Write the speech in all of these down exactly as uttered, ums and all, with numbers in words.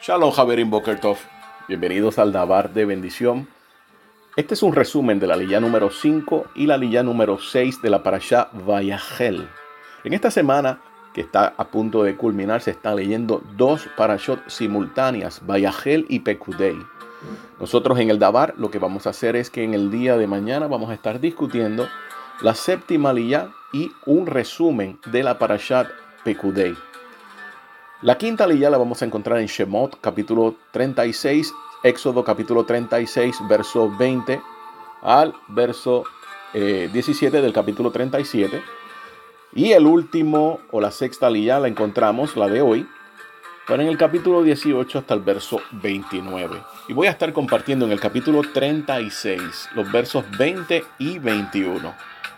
Shalom, Javerín Boker Tov. Bienvenidos al Dabar de Bendición. Este es un resumen de la liyá número cinco y la liyá número seis de la parashá Vayahel. En esta semana, que está a punto de culminar, se están leyendo dos parashot simultáneas, Vayahel y Pekudei. Nosotros en el Dabar lo que vamos a hacer es que en el día de mañana vamos a estar discutiendo la séptima liyá y un resumen de la parashat Pekudei. La quinta liyá la vamos a encontrar en Shemot, capítulo treinta y seis, Éxodo, capítulo treinta y seis, verso veinte al verso eh, diecisiete del capítulo treinta y siete. Y el último, o la sexta liyá, la encontramos, la de hoy, pero en el capítulo dieciocho hasta el verso veintinueve. Y voy a estar compartiendo en el capítulo treinta y seis, los versos veinte y veintiuno.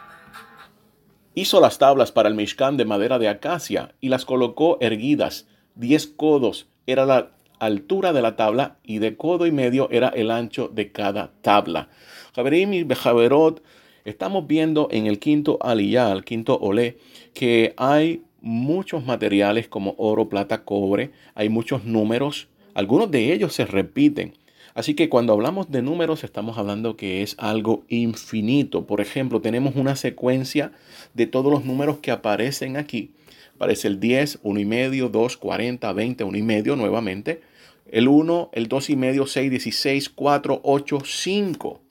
Hizo las tablas para el Mishkan de madera de acacia y las colocó erguidas. Diez codos era la altura de la tabla y de codo y medio era el ancho de cada tabla. Javerim y Bejaverot, estamos viendo en el quinto aliyá, el quinto olé, que hay muchos materiales como oro, plata, cobre. Hay muchos números. Algunos de ellos se repiten. Así que cuando hablamos de números estamos hablando que es algo infinito. Por ejemplo, tenemos una secuencia de todos los números que aparecen aquí. Aparece el diez, uno y medio, dos, cuarenta, veinte, uno y medio nuevamente. El uno, el dos y medio, seis, dieciséis, cuatro, ocho, cinco.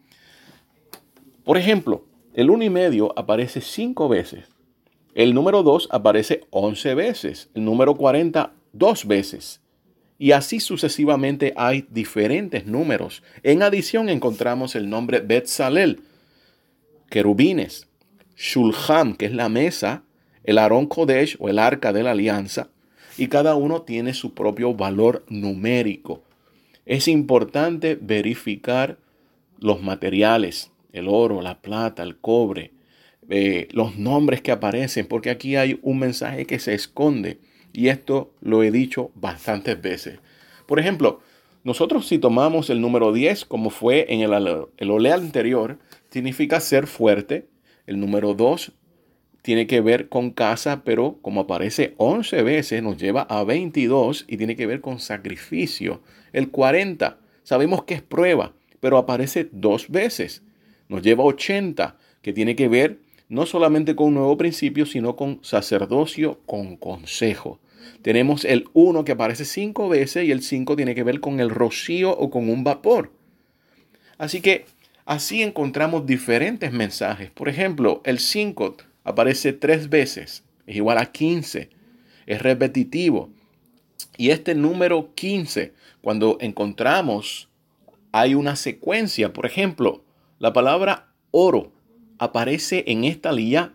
Por ejemplo, el uno y medio aparece cinco veces. El número dos aparece once veces. El número cuarenta, dos veces. Y así sucesivamente hay diferentes números. En adición encontramos el nombre Betzalel, querubines, Shulham, que es la mesa, el Aarón Kodesh o el arca de la alianza, y cada uno tiene su propio valor numérico. Es importante verificar los materiales, el oro, la plata, el cobre, eh, los nombres que aparecen, porque aquí hay un mensaje que se esconde. Y esto lo he dicho bastantes veces. Por ejemplo, nosotros si tomamos el número diez, como fue en el, el olé anterior, significa ser fuerte. El número dos tiene que ver con casa, pero como aparece once veces, nos lleva a veintidós y tiene que ver con sacrificio. El cuarenta, sabemos que es prueba, pero aparece dos veces. Nos lleva a ochenta, que tiene que ver no solamente con un nuevo principio, sino con sacerdocio, con consejo. Tenemos el uno que aparece cinco veces y el cinco tiene que ver con el rocío o con un vapor. Así que así encontramos diferentes mensajes. Por ejemplo, el cinco aparece tres veces, es igual a quince, es repetitivo. Y este número quince, cuando encontramos, hay una secuencia. Por ejemplo, la palabra oro aparece en esta liyá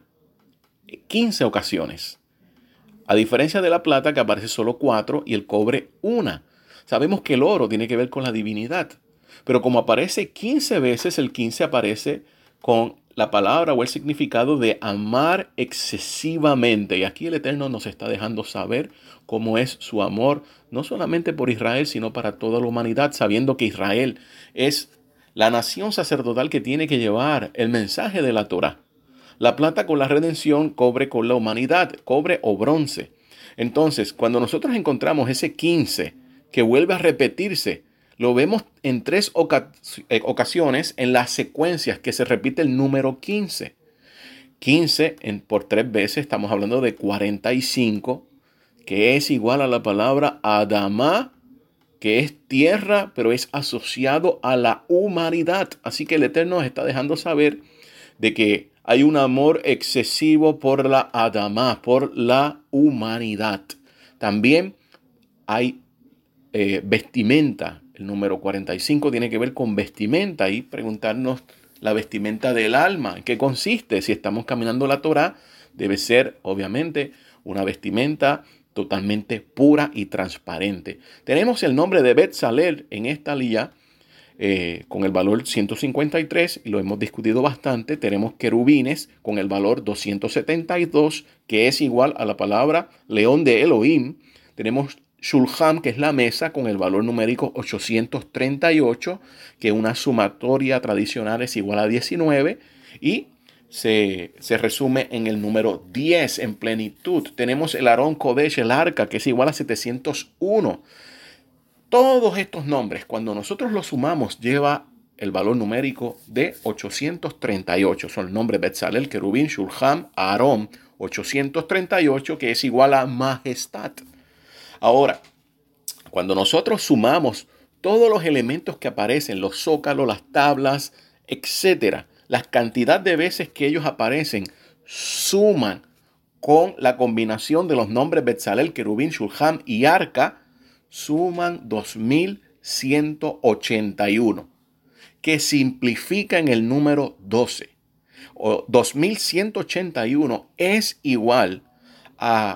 quince ocasiones. A diferencia de la plata, que aparece solo cuatro, y el cobre una. Sabemos que el oro tiene que ver con la divinidad. Pero como aparece quince veces, el quince aparece con la palabra o el significado de amar excesivamente. Y aquí el Eterno nos está dejando saber cómo es su amor, no solamente por Israel, sino para toda la humanidad, sabiendo que Israel es la nación sacerdotal que tiene que llevar el mensaje de la Torá. La plata con la redención, cobre con la humanidad, cobre o bronce. Entonces, cuando nosotros encontramos ese quince que vuelve a repetirse, lo vemos en tres oca- ocasiones en las secuencias que se repite el número quince. quince en, por tres veces, estamos hablando de cuarenta y cinco, que es igual a la palabra Adamá, que es tierra, pero es asociado a la humanidad. Así que el Eterno nos está dejando saber de que hay un amor excesivo por la Adamá, por la humanidad. También hay eh, vestimenta. El número cuarenta y cinco tiene que ver con vestimenta y preguntarnos la vestimenta del alma. ¿En qué consiste? Si estamos caminando la Torá, debe ser obviamente una vestimenta totalmente pura y transparente. Tenemos el nombre de Betzalel en esta liyá, eh, con el valor ciento cincuenta y tres, y lo hemos discutido bastante. Tenemos querubines con el valor doscientos setenta y dos, que es igual a la palabra león de Elohim. Tenemos Shulham, que es la mesa, con el valor numérico ochocientos treinta y ocho, que una sumatoria tradicional es igual a diecinueve, y Se, se resume en el número diez en plenitud. Tenemos el Aarón Kodesh, el arca, que es igual a setecientos uno. Todos estos nombres, cuando nosotros los sumamos, lleva el valor numérico de ochocientos treinta y ocho. Son el nombre Betzalel, Querubín, Shulham, Aarón, ochocientos treinta y ocho, que es igual a majestad. Ahora, cuando nosotros sumamos todos los elementos que aparecen, los zócalos, las tablas, etcétera, la cantidad de veces que ellos aparecen, suman con la combinación de los nombres Betzalel, Querubín, Shulham y Arca, suman dos mil ciento ochenta y uno, que simplifica en el número doce. O dos mil ciento ochenta y uno es igual a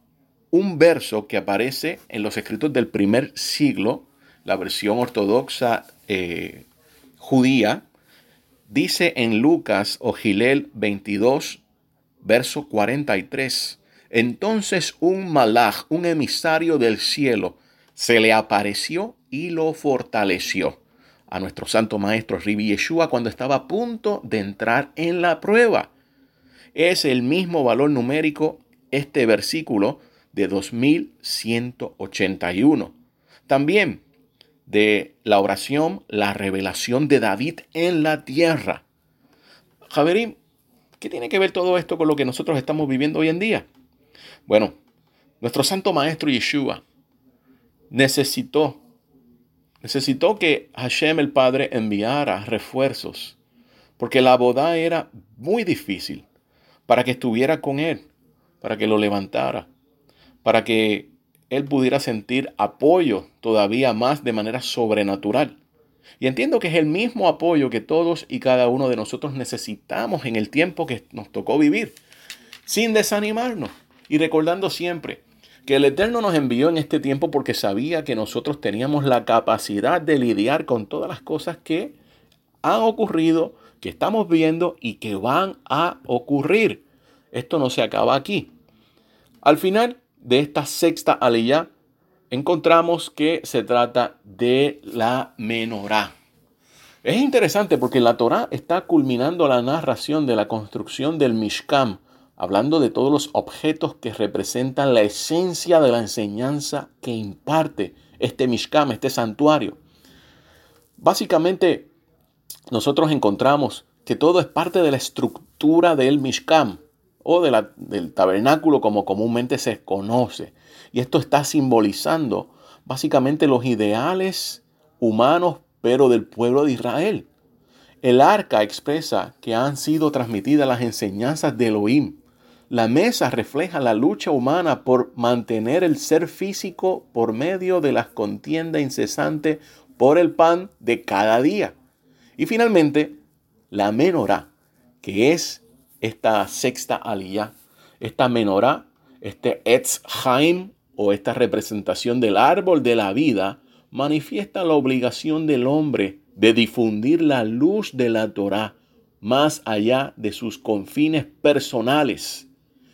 un verso que aparece en los escritos del primer siglo, la versión ortodoxa eh, judía. Dice en Lucas o Gilel veintidós, verso cuarenta y tres. Entonces un malaj, un emisario del cielo, se le apareció y lo fortaleció a nuestro santo maestro Rabbi Yeshua cuando estaba a punto de entrar en la prueba. Es el mismo valor numérico este versículo de dos mil ciento ochenta y uno. También de la oración, la revelación de David en la tierra. Javerín, ¿qué tiene que ver todo esto con lo que nosotros estamos viviendo hoy en día? Bueno, nuestro santo maestro Yeshua necesitó, necesitó que Hashem el Padre enviara refuerzos, porque la boda era muy difícil, para que estuviera con él, para que lo levantara, para que él pudiera sentir apoyo todavía más de manera sobrenatural. Y entiendo que es el mismo apoyo que todos y cada uno de nosotros necesitamos en el tiempo que nos tocó vivir, sin desanimarnos y recordando siempre que el Eterno nos envió en este tiempo porque sabía que nosotros teníamos la capacidad de lidiar con todas las cosas que han ocurrido, que estamos viendo y que van a ocurrir. Esto no se acaba aquí. Al final de esta sexta aliyá, encontramos que se trata de la menorá. Es interesante porque la Torá está culminando la narración de la construcción del Mishkan, hablando de todos los objetos que representan la esencia de la enseñanza que imparte este Mishkan, este santuario. Básicamente, nosotros encontramos que todo es parte de la estructura del Mishkan, o de la, del tabernáculo como comúnmente se conoce. Y esto está simbolizando básicamente los ideales humanos, pero del pueblo de Israel. El arca expresa que han sido transmitidas las enseñanzas de Elohim. La mesa refleja la lucha humana por mantener el ser físico por medio de la contienda incesante por el pan de cada día. Y finalmente, la menorá, que es esta sexta aliyá, esta menorá, este Etz Chaim o esta representación del árbol de la vida, manifiesta la obligación del hombre de difundir la luz de la Torá más allá de sus confines personales.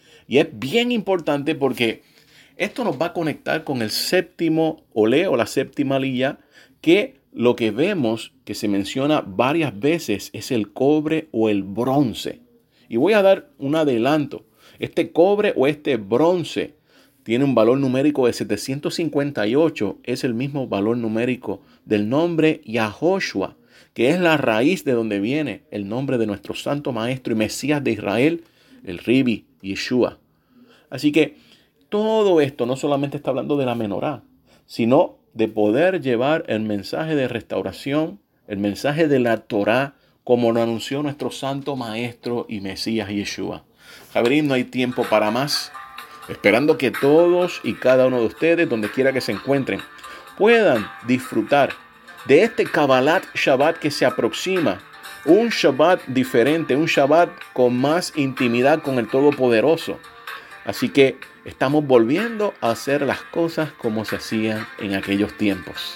Y es bien importante porque esto nos va a conectar con el séptimo olé o la séptima aliyá, que lo que vemos que se menciona varias veces es el cobre o el bronce. Y voy a dar un adelanto. Este cobre o este bronce tiene un valor numérico de setecientos cincuenta y ocho. Es el mismo valor numérico del nombre Yahoshua, que es la raíz de donde viene el nombre de nuestro santo maestro y Mesías de Israel, el Rabbi Yeshua. Así que todo esto no solamente está hablando de la menorá, sino de poder llevar el mensaje de restauración, el mensaje de la Torá, como lo anunció nuestro santo maestro y Mesías Yeshua. Javerín, no hay tiempo para más. Esperando que todos y cada uno de ustedes, donde quiera que se encuentren, puedan disfrutar de este Kabbalat Shabbat que se aproxima. Un Shabbat diferente, un Shabbat con más intimidad con el Todopoderoso. Así que estamos volviendo a hacer las cosas como se hacían en aquellos tiempos.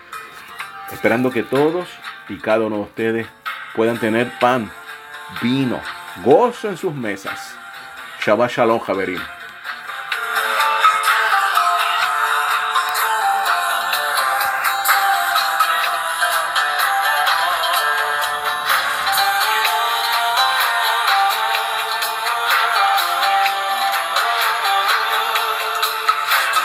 Esperando que todos y cada uno de ustedes puedan tener pan, vino, gozo en sus mesas. Shabbat Shalom, Javerín.